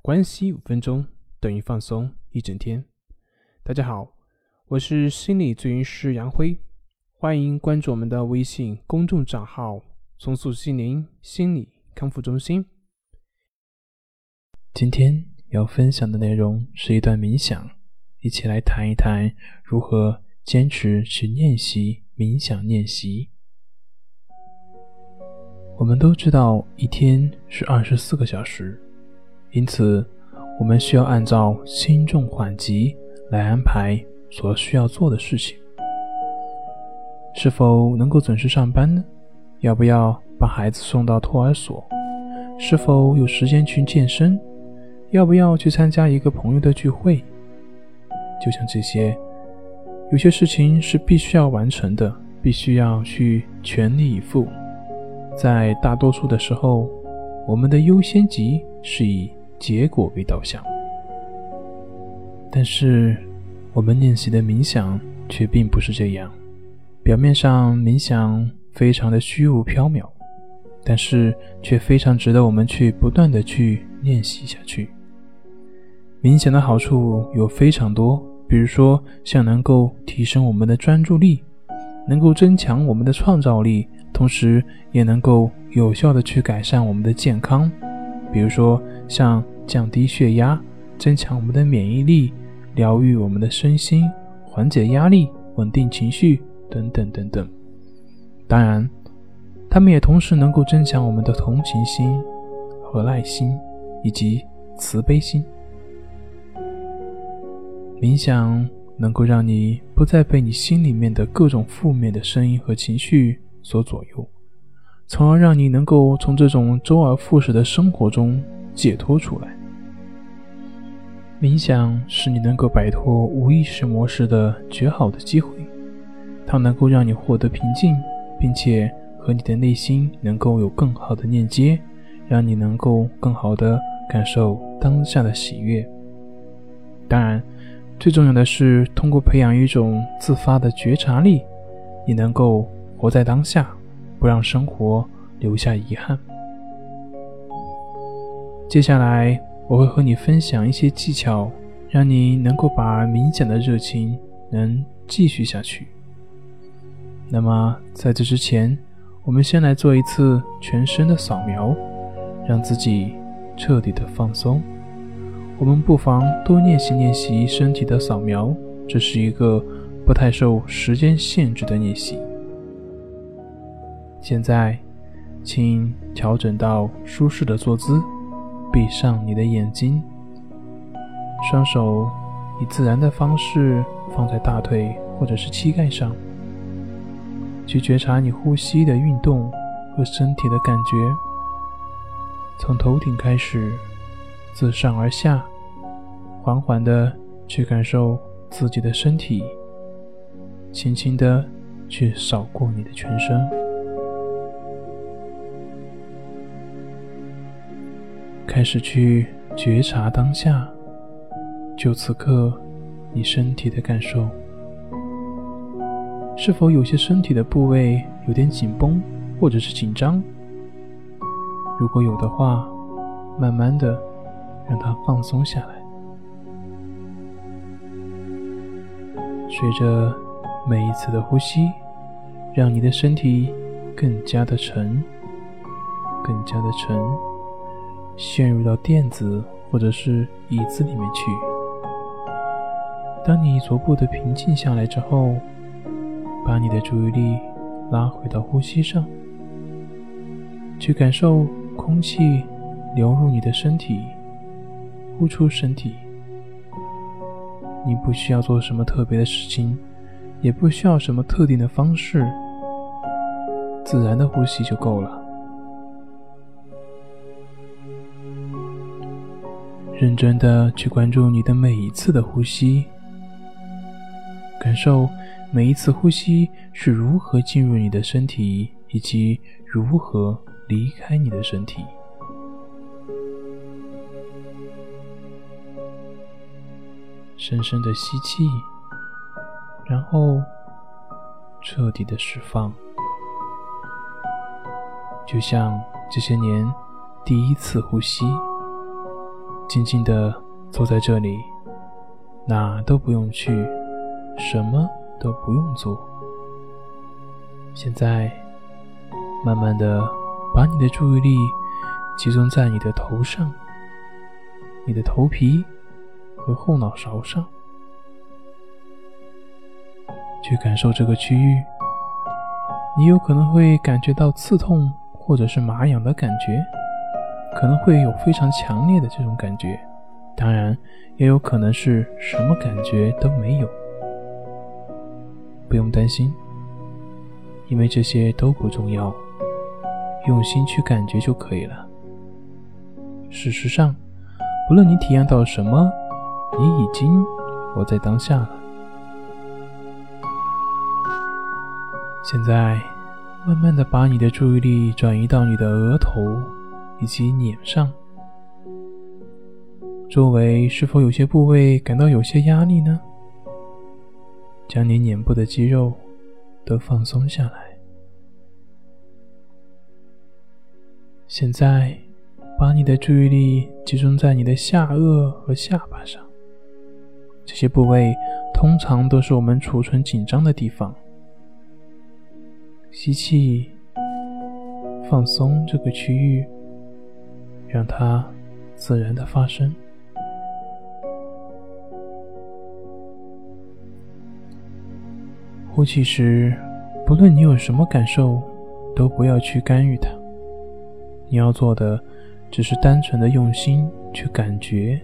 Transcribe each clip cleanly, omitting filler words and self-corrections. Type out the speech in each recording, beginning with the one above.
关系5分钟等于放松一整天。大家好，我是心理咨询师杨辉，欢迎关注我们的微信公众账号重塑心灵心理康复中心。今天要分享的内容是一段冥想，一起来谈一谈如何坚持去练习冥想练习。我们都知道一天是24个小时，因此我们需要按照轻重缓急来安排所需要做的事情。是否能够准时上班呢？要不要把孩子送到托儿所？是否有时间去健身？要不要去参加一个朋友的聚会？就像这些，有些事情是必须要完成的，必须要去全力以赴。在大多数的时候，我们的优先级是以结果为导向，但是我们练习的冥想却并不是这样。表面上冥想非常的虚无缥缈，但是却非常值得我们去不断的去练习下去。冥想的好处有非常多，比如说像能够提升我们的专注力，能够增强我们的创造力，同时也能够有效的去改善我们的健康，比如说像降低血压，增强我们的免疫力，疗愈我们的身心，缓解压力，稳定情绪等等等等。当然它们也同时能够增强我们的同情心、和蔼心以及慈悲心。冥想能够让你不再被你心里面的各种负面的声音和情绪所左右，从而让你能够从这种周而复始的生活中解脱出来。冥想是你能够摆脱无意识模式的绝好的机会，它能够让你获得平静，并且和你的内心能够有更好的链接，让你能够更好的感受当下的喜悦。当然最重要的是通过培养一种自发的觉察力，你能够活在当下，不让生活留下遗憾。接下来我会和你分享一些技巧，让你能够把冥想的热情能继续下去。那么在这之前，我们先来做一次全身的扫描，让自己彻底的放松。我们不妨多练习练习身体的扫描，这是一个不太受时间限制的练习。现在请调整到舒适的坐姿，闭上你的眼睛，双手以自然的方式放在大腿或者是膝盖上，去觉察你呼吸的运动和身体的感觉。从头顶开始，自上而下，缓缓地去感受自己的身体，轻轻地去扫过你的全身。开始去觉察当下，就此刻你身体的感受。是否有些身体的部位有点紧绷或者是紧张？如果有的话，慢慢的让它放松下来。随着每一次的呼吸，让你的身体更加的沉，更加的沉，陷入到垫子或者是椅子里面去。当你逐步的平静下来之后，把你的注意力拉回到呼吸上，去感受空气流入你的身体，呼出身体。你不需要做什么特别的事情，也不需要什么特定的方式，自然的呼吸就够了。认真的去关注你的每一次的呼吸，感受每一次呼吸是如何进入你的身体，以及如何离开你的身体。深深的吸气，然后彻底的释放，就像这些年第一次呼吸， 静静地坐在这里，哪都不用去，什么都不用做。现在慢慢地把你的注意力集中在你的头上，你的头皮和后脑勺上，去感受这个区域。你有可能会感觉到刺痛或者是麻痒的感觉，可能会有非常强烈的这种感觉，当然也有可能是什么感觉都没有。不用担心，因为这些都不重要，用心去感觉就可以了。事实上，不论你体验到什么，你已经活在当下了。现在慢慢地把你的注意力转移到你的额头以及脸上，周围是否有些部位感到有些压力呢？将你脸部的肌肉都放松下来。现在把你的注意力集中在你的下颚和下巴上，这些部位通常都是我们储存紧张的地方。吸气，放松这个区域，让它自然地发生。呼气时，不论你有什么感受，都不要去干预它。你要做的只是单纯的用心去感觉。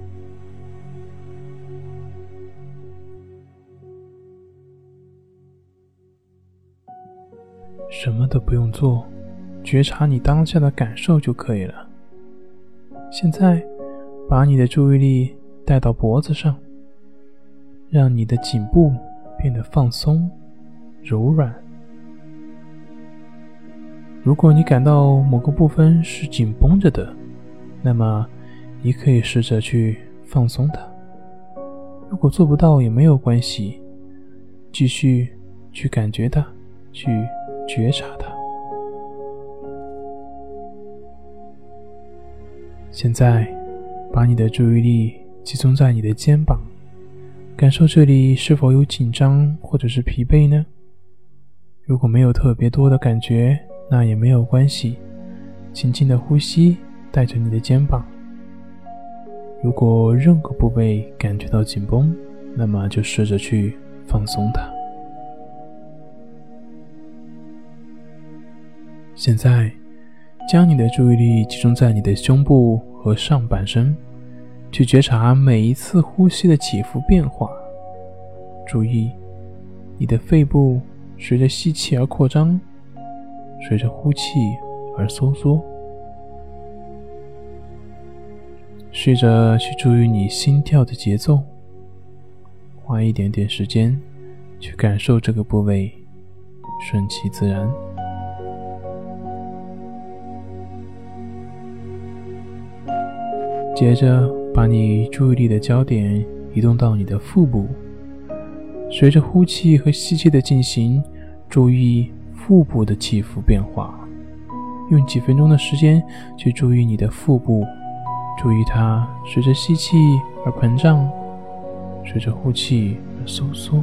什么都不用做，觉察你当下的感受就可以了。现在把你的注意力带到脖子上，让你的颈部变得放松柔软。如果你感到某个部分是紧绷着的，那么你可以试着去放松它。如果做不到也没有关系，继续去感觉它，去觉察它。现在把你的注意力集中在你的肩膀，感受这里是否有紧张或者是疲惫呢？如果没有特别多的感觉，那也没有关系，轻轻的呼吸，带着你的肩膀。如果任何部位感觉到紧绷，那么就试着去放松它。现在将你的注意力集中在你的胸部和上半身，去觉察每一次呼吸的起伏变化。注意你的肺部随着吸气而扩张，随着呼气而收缩。试着去注意你心跳的节奏，花一点点时间去感受这个部位，顺其自然。接着把你注意力的焦点移动到你的腹部，随着呼气和吸气的进行，注意腹部的起伏变化。用几分钟的时间去注意你的腹部，注意它随着吸气而膨胀，随着呼气而收缩。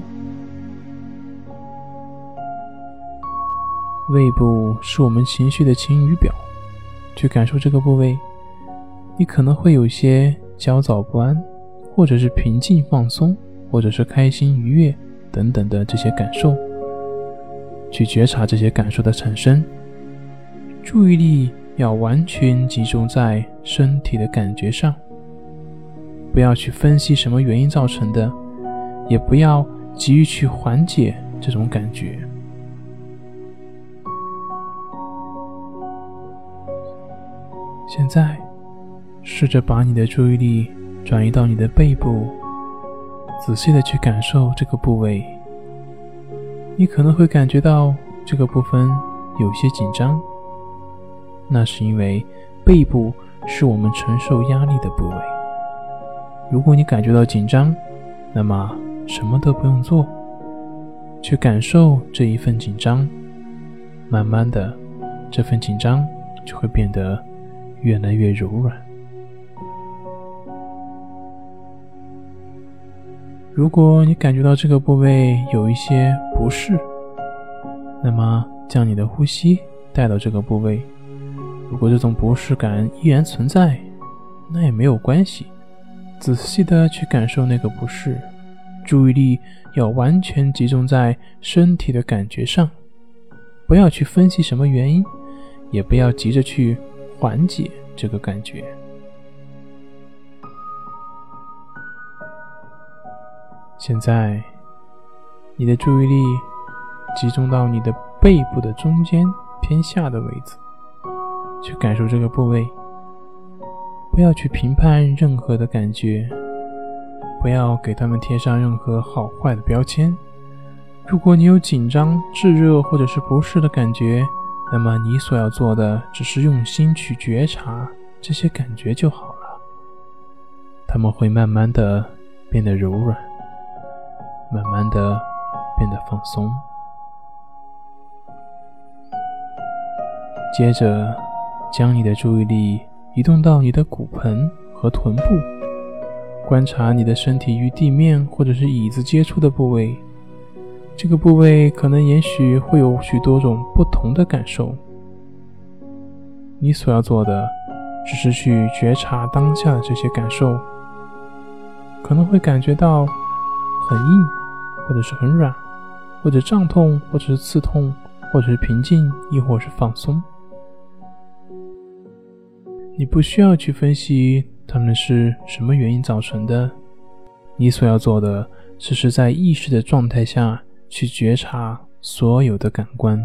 胃部是我们情绪的晴雨表，去感受这个部位。你可能会有些焦躁不安，或者是平静放松，或者是开心愉悦等等的这些感受，去觉察这些感受的产生。注意力要完全集中在身体的感觉上，不要去分析什么原因造成的，也不要急于去缓解这种感觉。现在试着把你的注意力转移到你的背部，仔细的去感受这个部位。你可能会感觉到这个部分有些紧张，那是因为背部是我们承受压力的部位。如果你感觉到紧张，那么什么都不用做，去感受这一份紧张，慢慢的，这份紧张就会变得越来越柔软。 如果你感觉到这个部位有一些不适，那么将你的呼吸带到这个部位。如果这种不适感依然存在，那也没有关系，仔细的去感受那个不适，注意力要完全集中在身体的感觉上，不要去分析什么原因，也不要急着去缓解这个感觉。现在你的注意力集中到你的背部的中间偏下的位置，去感受这个部位，不要去评判任何的感觉，不要给他们贴上任何好坏的标签。如果你有紧张、炙热或者是不适的感觉，那么你所要做的只是用心去觉察这些感觉就好了。它们会慢慢的变得柔软，慢慢的变得放松。接着将你的注意力移动到你的骨盆和臀部，观察你的身体与地面或者是椅子接触的部位。这个部位可能也许会有许多种不同的感受，你所要做的只是去觉察当下的这些感受，可能会感觉到很硬，或者是很软，或者胀痛，或者是刺痛，或者是平静，亦或是放松。你不需要去分析它们是什么原因造成的，你所要做的只是在意识的状态下去觉察所有的感官。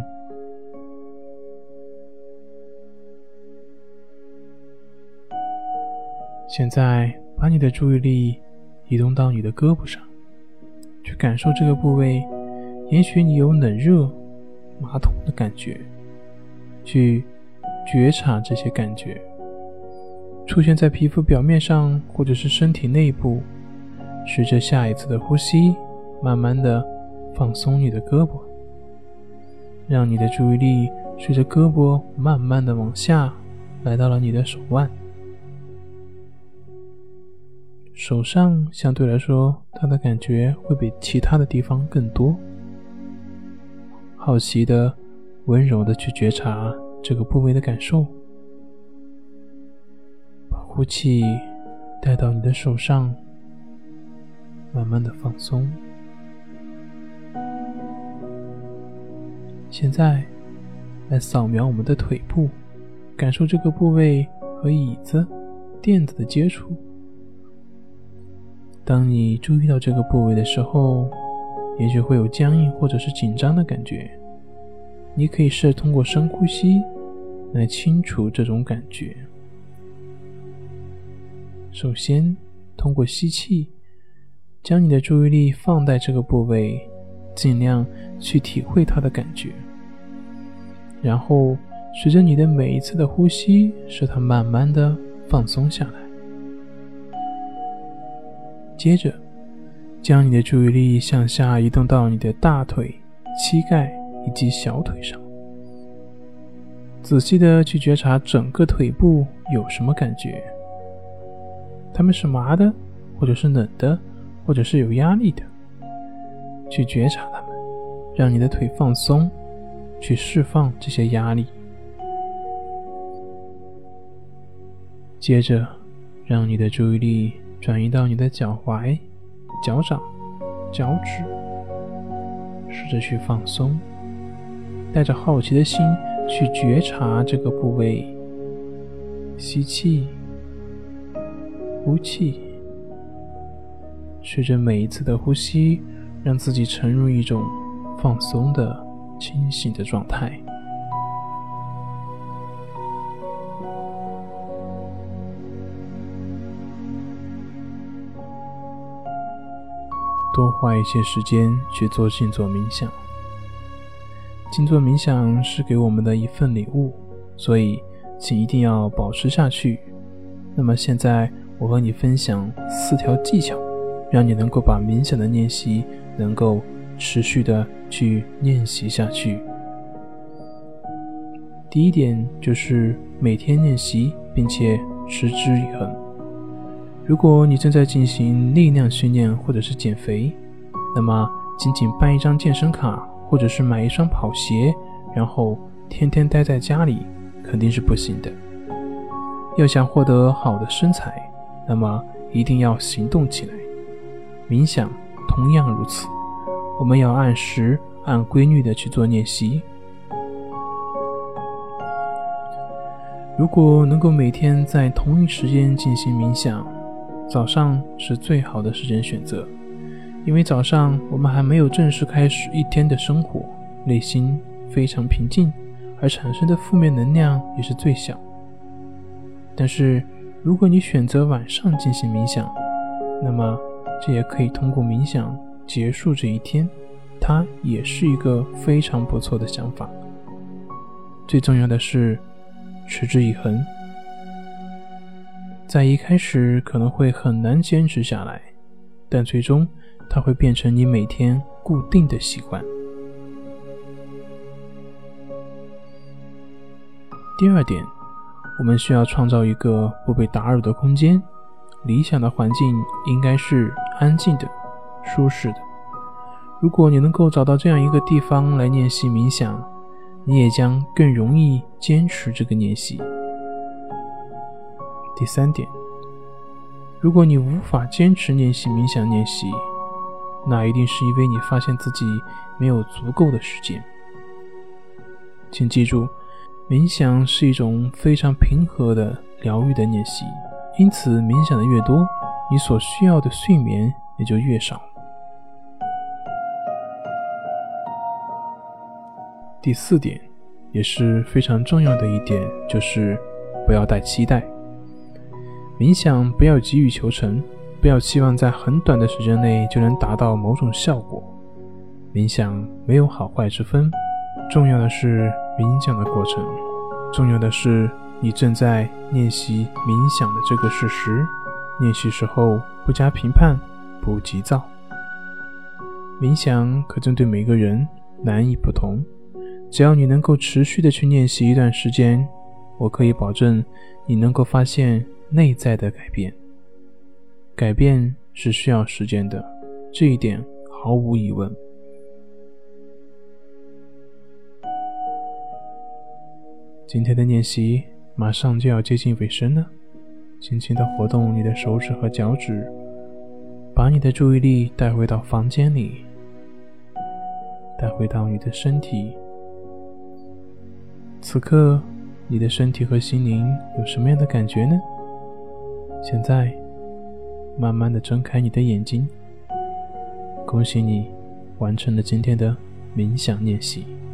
现在把你的注意力移动到你的胳膊上，去感受这个部位，也许你有冷热、麻痛的感觉，去觉察这些感觉出现在皮肤表面上或者是身体内部。随着下一次的呼吸，慢慢的放松你的胳膊，让你的注意力随着胳膊慢慢的往下来到了你的手腕。手上相对来说它的感觉会比其他的地方更多，好奇的温柔的去觉察这个部位的感受，把呼气带到你的手上，慢慢的放松。现在来扫描我们的腿部，感受这个部位和椅子、垫子的接触。当你注意到这个部位的时候，也许会有僵硬或者是紧张的感觉，你可以试着通过深呼吸来清除这种感觉。首先通过吸气，将你的注意力放在这个部位，尽量去体会它的感觉，然后随着你的每一次的呼吸，使它慢慢的放松下来。接着将你的注意力向下移动到你的大腿、膝盖以及小腿上，仔细的去觉察整个腿部有什么感觉，它们是麻的，或者是冷的，或者是有压力的，去觉察它们，让你的腿放松，去释放这些压力。接着让你的注意力转移到你的脚踝、脚掌、脚趾，试着去放松，带着好奇的心去觉察这个部位。吸气，呼气，随着每一次的呼吸，让自己沉入一种放松的、清醒的状态。多花一些时间去做静坐冥想。静坐冥想是给我们的一份礼物，所以请一定要保持下去。那么现在我和你分享4条技巧，让你能够把冥想的练习能够持续的去练习下去。第一点就是每天练习并且持之以恒。 如果你正在进行力量训练或者是减肥，那么仅仅办一张健身卡或者是买一双跑鞋，然后天天待在家里肯定是不行的。要想获得好的身材，那么一定要行动起来。冥想同样如此，我们要按时按规律的去做练习。如果能够每天在同一时间进行冥想，早上是最好的时间选择，因为早上我们还没有正式开始一天的生活，内心非常平静，而产生的负面能量也是最小。但是如果你选择晚上进行冥想，那么这也可以通过冥想结束这一天，它也是一个非常不错的想法。最重要的是持之以恒，在一开始可能会很难坚持下来，但最终它会变成你每天固定的习惯。第二点，我们需要创造一个不被打扰的空间，理想的环境应该是安静的、舒适的。如果你能够找到这样一个地方来练习冥想，你也将更容易坚持这个练习。第三点，如果你无法坚持练习冥想练习，那一定是因为你发现自己没有足够的时间。请记住，冥想是一种非常平和的疗愈的练习，因此冥想的越多，你所需要的睡眠也就越少。第四点，也是非常重要的一点，就是不要带期待。冥想不要急于求成，不要期望在很短的时间内就能达到某种效果。冥想没有好坏之分，重要的是冥想的过程，重要的是你正在练习冥想的这个事实。练习时候不加评判，不急躁。冥想可针对每个人，难易不同。只要你能够持续的去练习一段时间，我可以保证你能够发现内在的改变。改变是需要时间的，这一点毫无疑问。今天的练习马上就要接近尾声了，轻轻地活动你的手指和脚趾，把你的注意力带回到房间里，带回到你的身体。此刻你的身体和心灵有什么样的感觉呢？现在慢慢地睁开你的眼睛，恭喜你完成了今天的冥想练习。